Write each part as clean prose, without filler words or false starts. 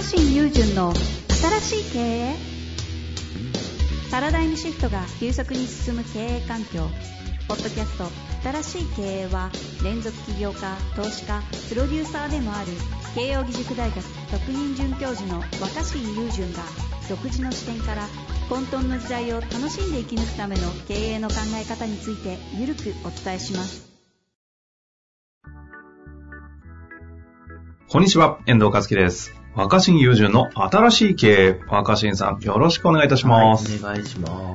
若新雄純の新しい経営。パラダイムシフトが急速に進む経営環境。ポッドキャスト新しい経営は、連続起業家、投資家、プロデューサーでもある慶應義塾大学特任准教授の若新雄純が、独自の視点から混沌の時代を楽しんで生き抜くための経営の考え方についてゆるくお伝えします。 こんにちは、遠藤和樹です。若新雄純の新しい経営。若新さん、よろしくお願いいたします。 はい、お願いします。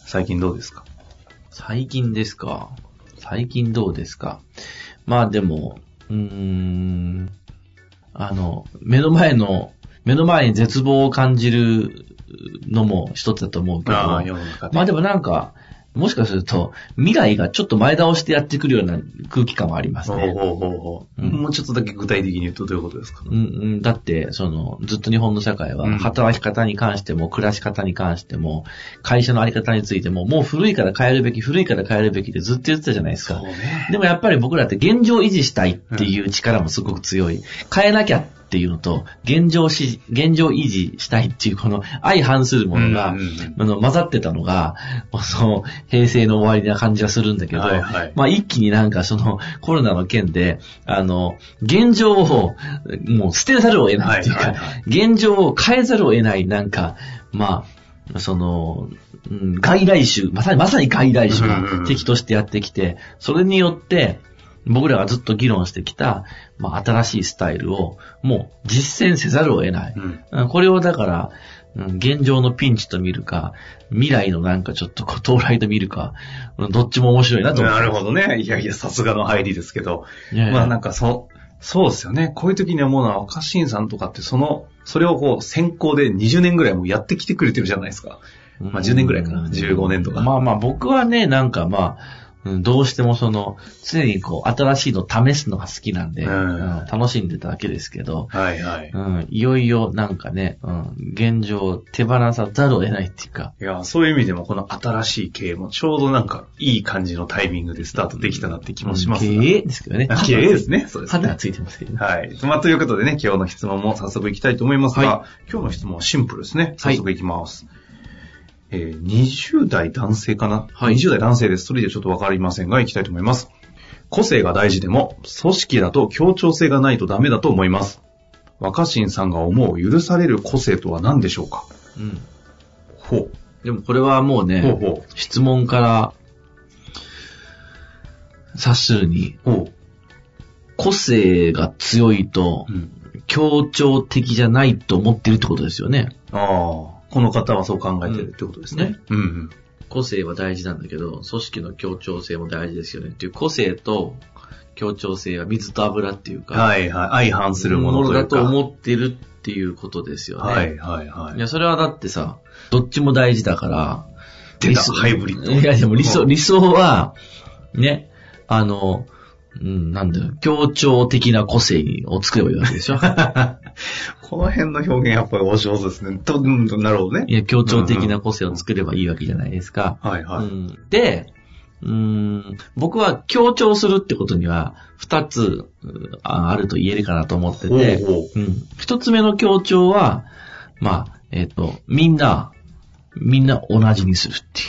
最近どうですか？ 最近ですか。最近どうですか。まあでも、目の前に絶望を感じるのも一つだと思うけど、まあでもなんか、もしかすると、未来がちょっと前倒してやってくるような空気感はありますね。 もうちょっとだけ具体的に言うとどういうことですか？ だって、ずっと日本の社会は、働き方に関しても、暮らし方に関しても、会社のあり方についても、もう古いから変えるべきってずっと言ってたじゃないですか。 そうね。 でもやっぱり僕らって現状維持したいっていう力もすごく強い。変えなきゃっていうのと、現状維持したいっていうこの相反するものが、混ざってたのが、平成の終わりな感じがするんだけど、まあ一気になんかコロナの件で、現状をもう捨てざるを得ないっていうか、現状を変えざるを得ない、なんか、まあ、外来種、まさに外来種が敵としてやってきて、それによって、僕らがずっと議論してきた、まあ、新しいスタイルをもう実践せざるを得ない。これをだから、現状のピンチと見るか、未来のなんかちょっと到来と見るか、どっちも面白いなと思って。 なるほどね。いやいや、さすがの入りですけど。まあなんかそうですよね。こういう時に思うのは、若新さんとかってそれを先行で20年ぐらいもやってきてくれてるじゃないですか。まあ10年ぐらいかな。15年とか。 まあ僕はね、なんかまあ、どうしても常に新しいのを試すのが好きなんで、楽しんでただけですけど、いよいよなんかね、現状を手放さざるを得ないっていうか。 いや、そういう意味でもこの新しい経営もちょうどなんかいい感じのタイミングでスタートできたなって気もします。 経営ですけどね。 経営ですね。そうですね。 肌がついてますけどね。 はい。まあということでね、今日の質問も早速いきたいと思いますが、今日の質問はシンプルですね。早速いきます。20代男性かな、20代男性です。それでちょっとわかりませんが、いきたいと思います。個性が大事でも、組織だと協調性がないとダメだと思います。若新さんが思う許される個性とは何でしょうか？ でもこれはもうね、質問から察するに、個性が強いと、協調的じゃないと思ってるってことですよね。 この方はそう考えてるってことですね。 個性は大事なんだけど、組織の協調性も大事ですよねっていう、個性と協調性は水と油っていうか、 相反するものというか。 だと思ってるっていうことですよね。 いや、それはだってさ、どっちも大事だから、 ハイブリッド。 いや、でも理想は、ね、なんだよ、協調的な個性を作ればいいわけでしょ。 この辺の表現やっぱりお上手ですね。なるほどね。 いや、協調的な個性を作ればいいわけじゃないですか。で、僕は協調するってことには2つあると言えるかなと思ってて、1つ目の協調は、まあ、みんな同じにするっていう。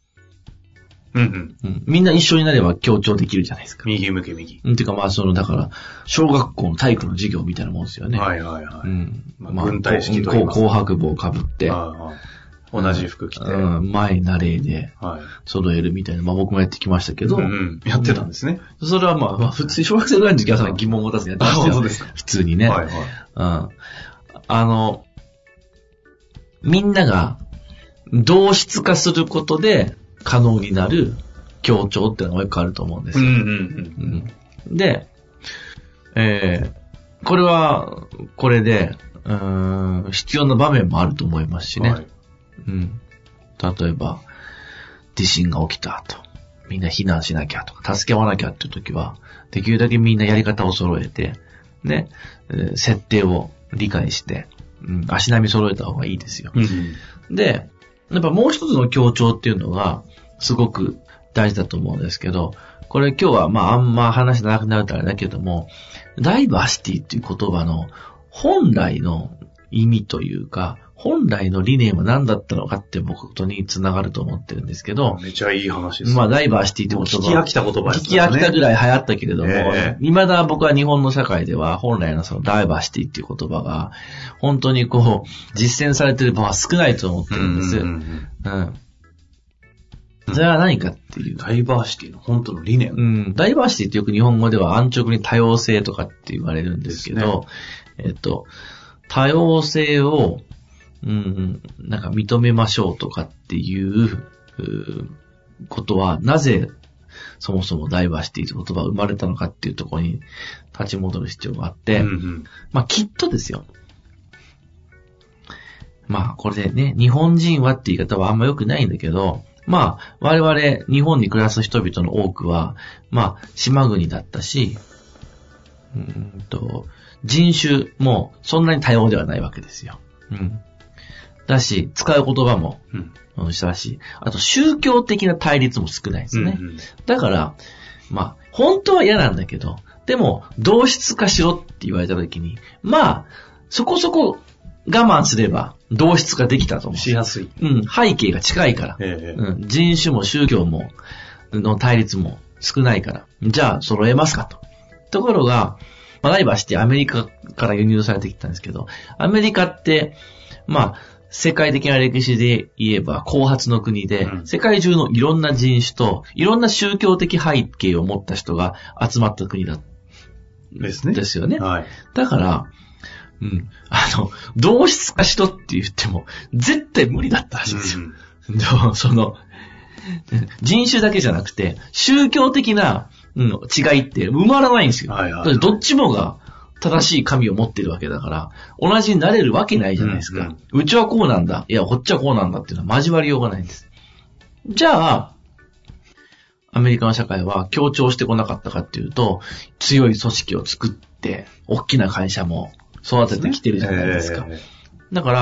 みんな一緒になれば協調できるじゃないですか。 右向け右。 っていうかまあだから、小学校の体育の授業みたいなもんですよね。 軍隊式とか。 紅白帽をかぶって、 同じ服着て。 前ナレーで、揃えるみたいな、まあ僕もやってきましたけど。 やってたんですね。 それはまあ普通に小学生ぐらいの時は疑問を持たずにやってましたよ。普通にね。みんなが同質化することで、可能になる協調っていうのがよくあると思うんですよ。で、これは、これで、必要な場面もあると思いますしね。例えば、地震が起きたと。みんな避難しなきゃとか、助け合わなきゃっていう時は、できるだけみんなやり方を揃えて、ね、設定を理解して、足並み揃えた方がいいですよ。で、やっぱもう一つの協調っていうのがすごく大事だと思うんですけど、これ今日はまああんま話してなくなるとあれだけども、ダイバーシティっていう言葉の本来の意味というか、本来の理念は何だったのかってことにつながると思ってるんですけど。 めちゃいい話ですね。 まあ、ダイバーシティって言葉。 聞き飽きた言葉ですね。 聞き飽きたぐらい流行ったけれども、未だ僕は日本の社会では本来のそのダイバーシティっていう言葉が、本当に実践されてる場は少ないと思ってるんです。それは何かっていう。 ダイバーシティの本当の理念。 ダイバーシティってよく日本語では安直に多様性とかって言われるんですけど、多様性を、なんか認めましょうとかっていうことは、なぜそもそもダイバーシティという言葉が生まれたのかっていうところに立ち戻る必要があって、まあきっとですよ。まあこれでね、日本人はって言い方はあんま良くないんだけど、まあ我々日本に暮らす人々の多くは、まあ島国だったし、人種もそんなに多様ではないわけですよ。だし、使う言葉も、したし、あと宗教的な対立も少ないですね。だから、まあ、本当は嫌なんだけど、でも、同質化しろって言われたときに、まあ、そこそこ我慢すれば同質化できたと思う。 しやすい。 背景が近いから。人種も宗教も、の対立も少ないから。じゃあ、揃えますかと。ところが、まあ、ダイバーシティアメリカから輸入されてきたんですけど、アメリカって、まあ、世界的な歴史で言えば後発の国で、世界中のいろんな人種といろんな宗教的背景を持った人が集まった国だ。 ですね。 ですよね。 はい。 だから、同質化しろって言っても絶対無理だったらしいんですよ。その、人種だけじゃなくて宗教的な、違いって埋まらないんですよ。どっちもが正しい神を持ってるわけだから、同じになれるわけないじゃないですか。うちはこうなんだ。いや、こっちはこうなんだっていうのは交わりようがないんです。じゃあ、アメリカの社会は強調してこなかったかっていうと、強い組織を作って、大きな会社も育ててきてるじゃないですか。だから、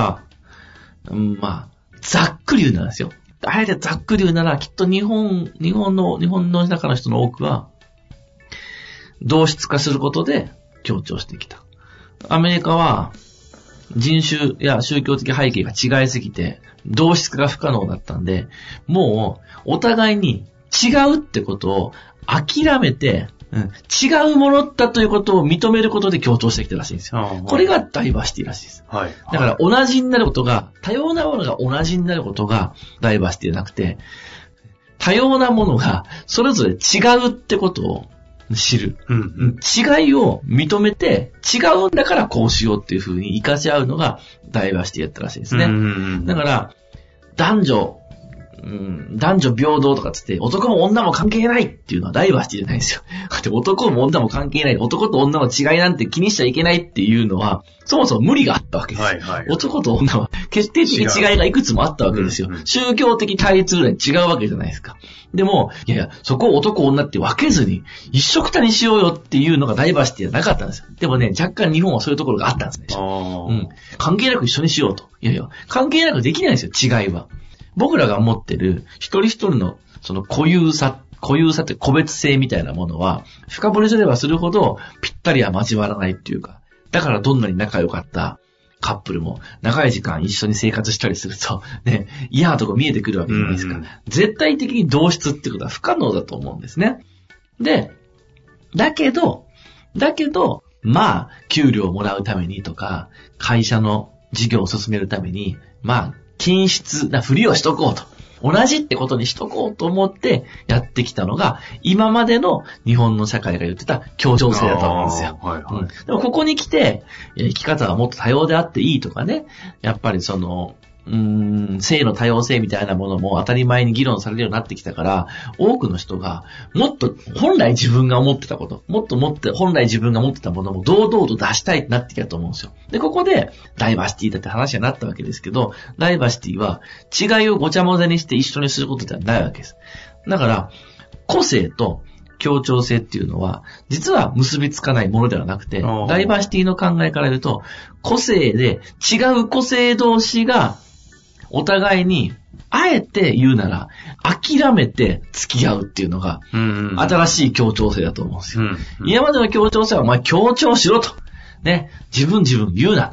まあ、ざっくり言うなんですよ。あえてざっくり言うなら、きっと日本の中の人の多くは、同質化することで、強調してきた。アメリカは人種や宗教的背景が違いすぎて同質化が不可能だったんで、もうお互いに違うってことを諦めて、違うものだということを認めることで強調してきたらしいんですよ。これがダイバーシティらしいです。だから同じになることが、多様なものが同じになることがダイバーシティじゃなくて、多様なものがそれぞれ違うってことを知る、違いを認めて違うんだからこうしようっていう風に活かし合うのがダイバーシティやったらしいですね。だから男女平等とかつって男も女も関係ないっていうのはダイバーシティじゃないんですよ。男も女も関係ない、男と女の違いなんて気にしちゃいけないっていうのはそもそも無理があったわけです。男と女は決定的違いがいくつもあったわけですよ。宗教的対立ぐらい違うわけじゃないですか。でも、いや、そこを男女って分けずに一緒くたにしようよっていうのがダイバーシティじゃなかったんですよ。でもね、若干日本はそういうところがあったんですね。関係なく一緒にしようと。いや、関係なくできないんですよ、違いは。僕らが持ってる一人一人のその固有さって個別性みたいなものは、深掘りすればするほどぴったりは交わらないっていうか、だからどんなに仲良かったカップルも長い時間一緒に生活したりすると、ね、嫌なとこ見えてくるわけじゃないですか。絶対的に同質ってことは不可能だと思うんですね。で、だけど、まあ、給料をもらうためにとか、会社の事業を進めるために、まあ、均質なふりをしとこうと。同じってことにしとこうと思ってやってきたのが、今までの日本の社会が言ってた協調性だと思うんですよ。でもここに来て、生き方はもっと多様であっていいとかね、やっぱりその、性の多様性みたいなものも当たり前に議論されるようになってきたから、多くの人がもっと本来自分が思ってたこと、本来自分が持ってたものも堂々と出したいってなってきたと思うんですよ。で、ここでダイバーシティだって話になったわけですけど、ダイバーシティは違いをごちゃ混ぜにして一緒にすることではないわけです。だから、個性と協調性っていうのは、実は結びつかないものではなくて、ダイバーシティの考えから言うと、個性で違う個性同士がお互いに、あえて言うなら、諦めて付き合うっていうのが、新しい協調性だと思うんですよ。今までの協調性は、お前協調しろと。ね。自分言うなと。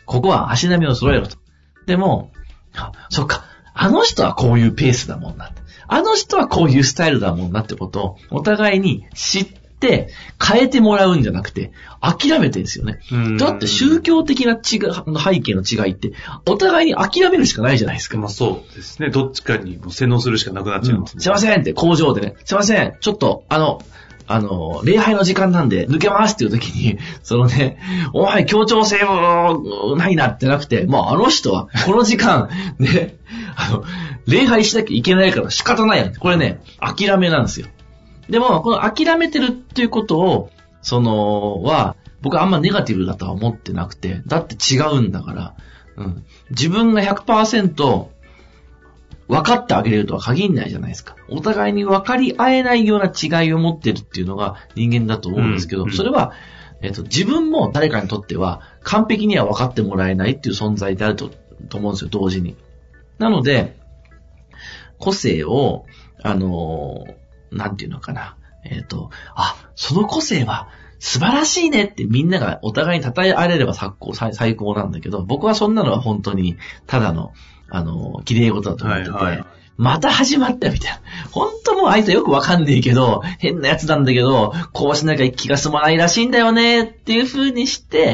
ここは足並みを揃えろと。でも、そっか、あの人はこういうペースだもんな。あの人はこういうスタイルだもんなってことをお互いに知って変えてもらうんじゃなくて諦めてるんですよね。だって宗教的な背景の違いってお互いに諦めるしかないじゃないですか。 まあそうですね。どっちかに洗脳するしかなくなっちゃいますね。 すいませんって工場でね、すいません、ちょっと礼拝の時間なんで抜けますっていう時に、お前協調性もないなってなくて、もうあの人はこの時間、ね、礼拝しなきゃいけないから仕方ないやん。これね、諦めなんですよ。でも、この諦めてるっていうことを、僕はあんまネガティブだとは思ってなくて、だって違うんだから、自分が 100% 分かってあげれるとは限んないじゃないですか。お互いに分かり合えないような違いを持ってるっていうのが人間だと思うんですけど、それは、自分も誰かにとっては完璧には分かってもらえないっていう存在であると思うんですよ、同時に。なので、個性を、なんていうのかな。その個性は素晴らしいねってみんながお互いに称え合えれば最高なんだけど、僕はそんなのは本当にただの、綺麗事だと思ってて、また始まったよみたいな。本当もうあいつよくわかんねえけど、変なやつなんだけど、こうしなきゃ気が済まないらしいんだよねっていう風にして、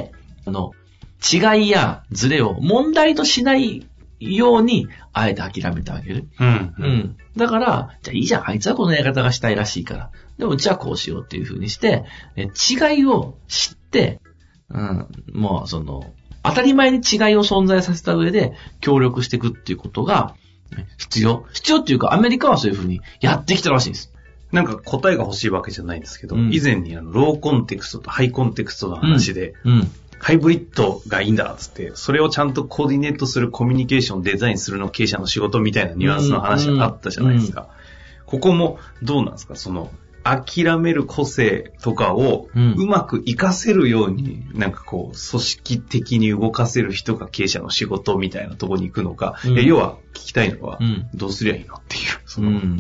違いやズレを問題としないように、あえて諦めてあげる。だから、じゃあいいじゃん、あいつはこのやり方がしたいらしいから。でもうちはこうしようっていう風にして、違いを知って、もう当たり前に違いを存在させた上で協力していくっていうことが必要っていうかアメリカはそういう風にやってきたらしいんです。 なんか答えが欲しいわけじゃないんですけど、以前にローコンテクストとハイコンテクストの話で、ハイブリッドがいいんだっつって、それをちゃんとコーディネートするコミュニケーションデザインするの経営者の仕事みたいなニュアンスの話があったじゃないですか。ここもどうなんですか？諦める個性とかをうまく活かせるように、なんかこう、組織的に動かせる人が経営者の仕事みたいなところに行くのか、要は聞きたいのは、どうすりゃいいのっていう。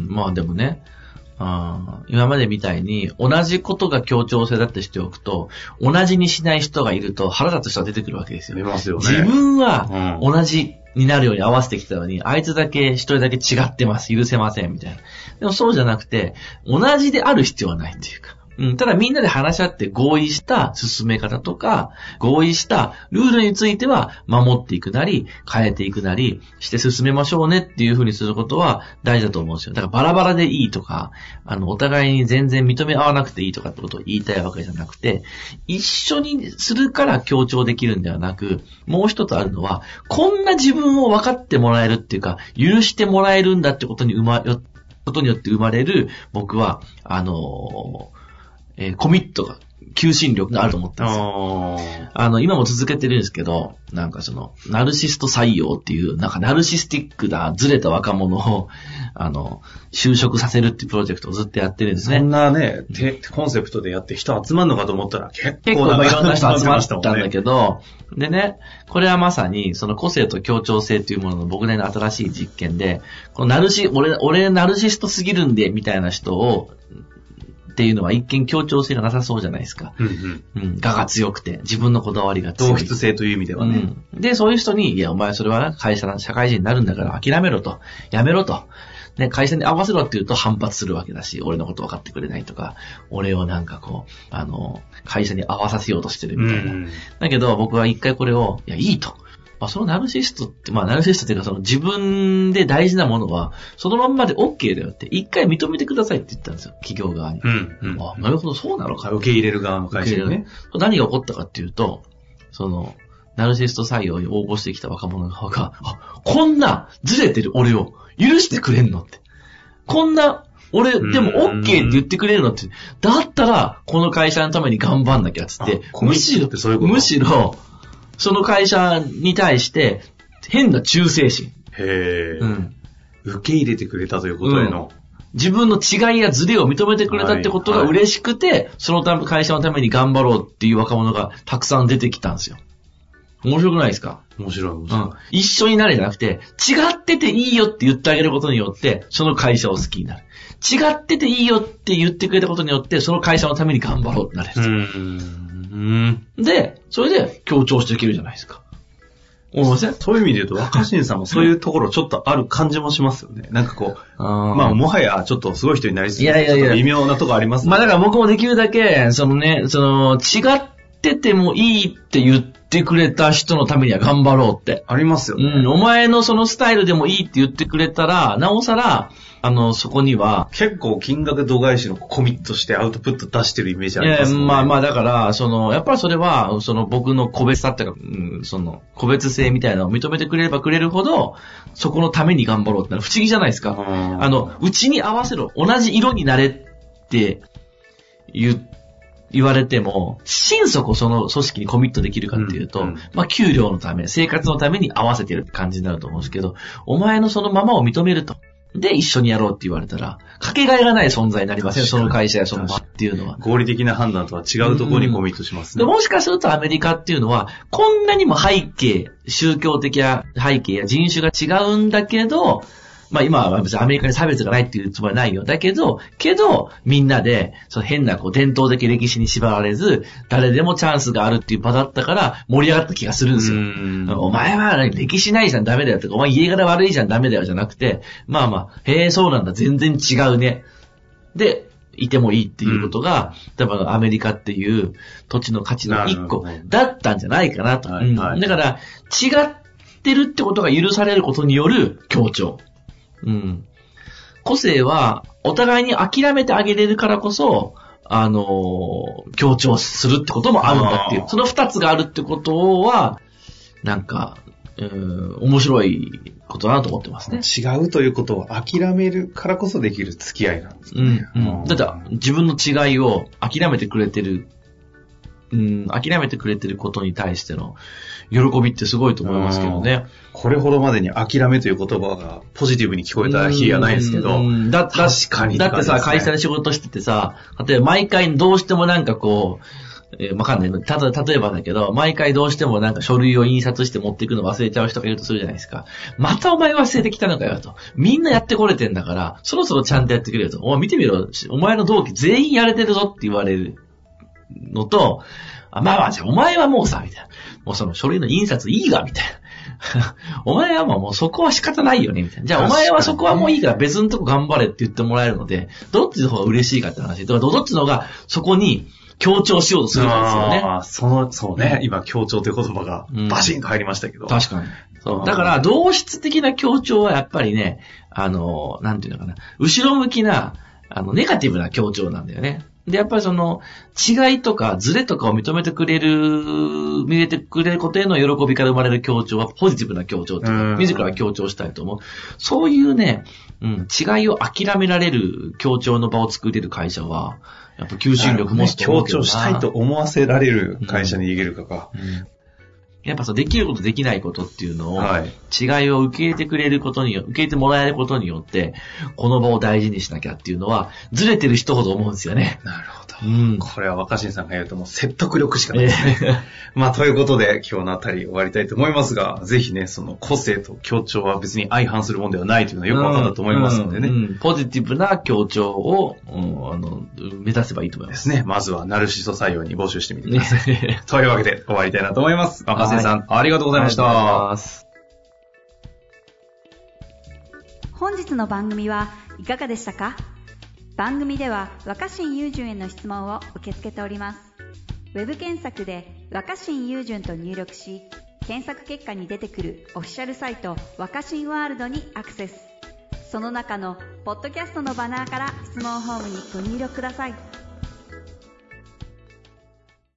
まあでもね、今までみたいに同じことが協調性だってしておくと、同じにしない人がいると腹立つ人が出てくるわけですよ。 出ますよね。 自分は同じになるように合わせてきたのに、あいつだけ一人だけ違ってます。許せません。みたいな。でもそうじゃなくて、同じである必要はないっていうか。ただみんなで話し合って合意した進め方とか、合意したルールについては守っていくなり、変えていくなりして進めましょうねっていうふうにすることは大事だと思うんですよ。だからバラバラでいいとか、お互いに全然認め合わなくていいとかってことを言いたいわけじゃなくて、一緒にするから協調できるんではなく、もう一つあるのは、こんな自分を分かってもらえるっていうか、許してもらえるんだってことによって生まれる、僕は、コミットが、求心力があると思ったんですよ。今も続けてるんですけど、なんかナルシスト採用っていう、なんかナルシスティックな、ずれた若者を、就職させるっていうプロジェクトをずっとやってるんですね。 そんなね、コンセプトでやって人集まるのかと思ったら結構いろんな人集まったんだけど、でね、これはまさに、個性と協調性というものの僕なりの新しい実験で、この俺ナルシストすぎるんで、みたいな人を、っていうのは一見協調性がなさそうじゃないですか。我が強くて、自分のこだわりが強い。 同質性という意味ではね。 で、そういう人に、いや、お前それは社会人になるんだから諦めろと、やめろと。ね、会社に合わせろって言うと反発するわけだし、俺のこと分かってくれないとか、俺をなんかこう、会社に合わさせようとしてるみたいな。だけど僕は一回これを、いや、いいと。そのナルシストって、ナルシストっていうか自分で大事なものは、そのまんまで OK だよって、一回認めてくださいって言ったんですよ、企業側に。なるほど、そうなのか。 受け入れる側の会社にね。 何が起こったかっていうと、ナルシスト採用に応募してきた若者側が、こんなずれてる俺を許してくれんのって。こんな、俺、でも OK って言ってくれるのって、だったら、この会社のために頑張んなきゃっつって、むしろ、その会社に対して、変な忠誠心。 受け入れてくれたということへの。 自分の違いやズレを認めてくれたってことが嬉しくて、その会社のために頑張ろうっていう若者がたくさん出てきたんですよ。面白くないですか？ 面白い。 一緒になるじゃなくて、違ってていいよって言ってあげることによって、その会社を好きになる。違ってていいよって言ってくれたことによって、その会社のために頑張ろうってなれる。で、それで強調していけるじゃないですか。 思いません？ そういう意味で言うと、若新さんもそういうところちょっとある感じもしますよね。なんかこう、まあ、もはやちょっとすごい人になりすぎて、ちょっと微妙なとこありますね。 まあだから僕もできるだけ、違っててもいいって言ってくれた人のためには頑張ろうって。 ありますよね。 お前のそのスタイルでもいいって言ってくれたら、なおさら、そこには。 結構金額度外視のコミットしてアウトプット出してるイメージありますね。 まあだから、やっぱりそれは、僕の個別さっていうか、個別性みたいなのを認めてくれればくれるほど、そこのために頑張ろうってのは不思議じゃないですか。うちに合わせろ。同じ色になれって言われても、心底その組織にコミットできるかっていうと、まあ給料のため、生活のために合わせてるって感じになると思うんですけど、お前のそのままを認めると。で、一緒にやろうって言われたら、かけがえがない存在になりません、その会社やその場っていうのは。 合理的な判断とは違うところにコミットしますね。 でもしかするとアメリカっていうのは、こんなにも宗教的な背景や人種が違うんだけど、まあ今は別にアメリカに差別がないっていうつもりはないよ。だけど、みんなで、変な伝統的歴史に縛られず、誰でもチャンスがあるっていう場だったから盛り上がった気がするんですよ。お前は歴史ないじゃんダメだよとか、お前家柄悪いじゃんダメだよじゃなくて、まあ、そうなんだ、全然違うね。で、いてもいいっていうことが、多分アメリカっていう土地の価値の一個だったんじゃないかなと。だから、違ってるってことが許されることによる協調。個性はお互いに諦めてあげれるからこそ、強調するってこともあるんだっていう。その二つがあるってことは、なんか、面白いことだなと思ってますね。 違うということを諦めるからこそできる付き合いなんですね。 だって自分の違いを諦めてくれてる、諦めてくれてることに対しての喜びってすごいと思いますけどね。 これほどまでに諦めという言葉がポジティブに聞こえた日はないですけど。確かに、 だってさ、会社で仕事しててさ、例えば毎回どうしてもなんかこう、わかんないの。例えばだけど、毎回どうしてもなんか書類を印刷して持っていくの忘れちゃう人がいるとするじゃないですか。またお前忘れてきたのかよと。みんなやってこれてんだから、そろそろちゃんとやってくれよと。お前見てみろ。お前の同期全員やれてるぞって言われるのと、まあじゃあお前はもうさ、みたいな。もうその書類の印刷いいが、みたいな。お前はもうそこは仕方ないよね、みたいな。じゃあお前はそこはもういいから別のとこ頑張れって言ってもらえるので、どっちの方が嬉しいかって話。だからどっちの方がそこに強調しようとするんですよね。 そうね。今強調という言葉がバシンと入りましたけど。 確かに。そう。だから同質的な強調はやっぱりね、なんていうのかな。後ろ向きな、ネガティブな強調なんだよね。で、やっぱりその、違いとかズレとかを認めてくれることへの喜びから生まれる強調はポジティブな強調というか、自ら強調したいと思う。そういうね、違いを諦められる強調の場を作れる会社は、やっぱ求心力持つと思うけどな。 強調したいと思わせられる会社に逃げるかか。 やっぱできることできないことっていうのを、違いを受け入れてくれることによって、受け入れてもらえることによって、この場を大事にしなきゃっていうのは、ずれてる人ほど思うんですよね。 なるほど。これは若新さんが言うともう説得力しかないですね。まあ、ということで、今日のあたり終わりたいと思いますが、ぜひね、その個性と強調は別に相反するものではないというのはよくわかったと思いますのでね。 ポジティブな強調を、目指せばいいと思いますね。まずは、ナルシスト採用に募集してみてください。というわけで、終わりたいなと思います。若新さん、ありがとうございました。 本日の番組はいかがでしたか？番組では若新雄純への質問を受け付けております。ウェブ検索で若新雄純と入力し、検索結果に出てくるオフィシャルサイト若新ワールドにアクセス。その中のポッドキャストのバナーから質問フォームにご入力ください。